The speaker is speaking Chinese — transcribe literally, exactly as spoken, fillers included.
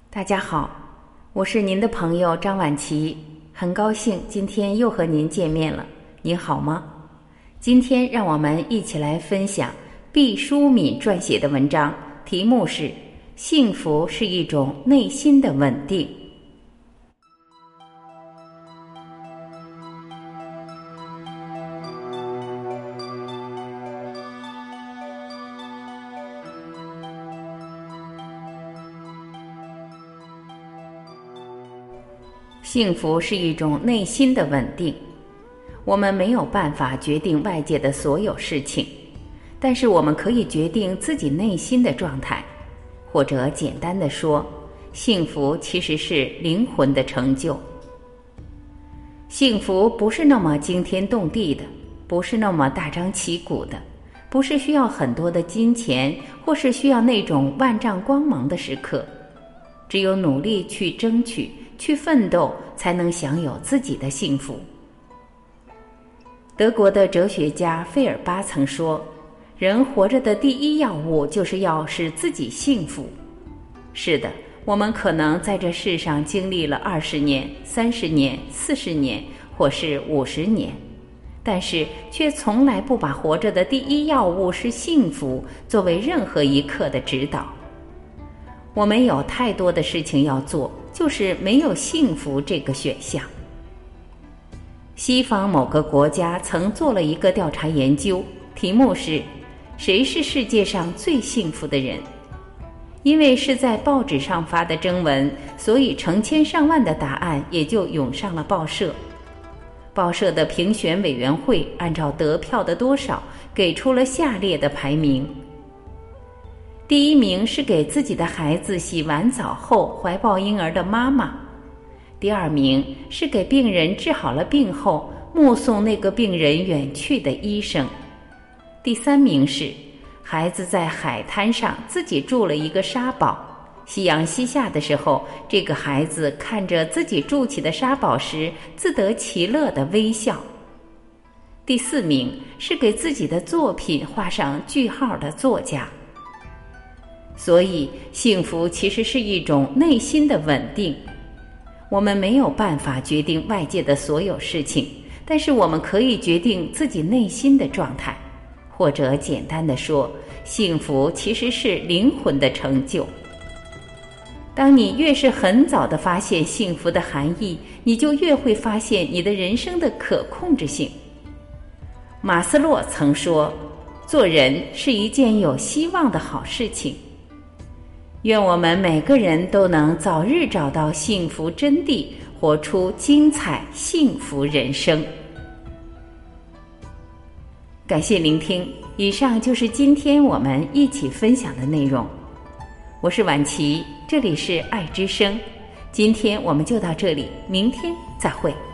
大家好，我是您的朋友张婉琪，很高兴今天又和您见面了。您好吗？今天让我们一起来分享毕淑敏撰写的文章，题目是幸福是一种内心的稳定。幸福是一种内心的稳定。我们没有办法决定外界的所有事情，但是我们可以决定自己内心的状态，或者简单的说，幸福其实是灵魂的成就。幸福不是那么惊天动地的，不是那么大张旗鼓的，不是需要很多的金钱，或是需要那种万丈光芒的时刻。只有努力去争取，去奋斗，才能享有自己的幸福。德国的哲学家费尔巴曾说，人活着的第一要务就是要使自己幸福。是的，我们可能在这世上经历了二十年、三十年、四十年，或是五十年，但是却从来不把活着的第一要务是幸福作为任何一刻的指导。我们有太多的事情要做，就是没有幸福这个选项。西方某个国家曾做了一个调查研究，题目是谁是世界上最幸福的人。因为是在报纸上发的征文，所以成千上万的答案也就涌上了报社。报社的评选委员会按照得票的多少给出了下列的排名。第一名是给自己的孩子洗完澡后怀抱婴儿的妈妈，第二名是给病人治好了病后目送那个病人远去的医生，第三名是孩子在海滩上自己筑了一个沙堡，夕阳西下的时候，这个孩子看着自己筑起的沙堡时自得其乐的微笑。第四名是给自己的作品画上句号的作家。所以幸福其实是一种内心的稳定。我们没有办法决定外界的所有事情，但是我们可以决定自己内心的状态，或者简单的说，幸福其实是灵魂的成就。当你越是很早地发现幸福的含义，你就越会发现你的人生的可控制性。马斯洛曾说，做人是一件有希望的好事情。愿我们每个人都能早日找到幸福真谛，活出精彩幸福人生。感谢聆听，以上就是今天我们一起分享的内容。我是婉琪，这里是爱之声。今天我们就到这里，明天再会。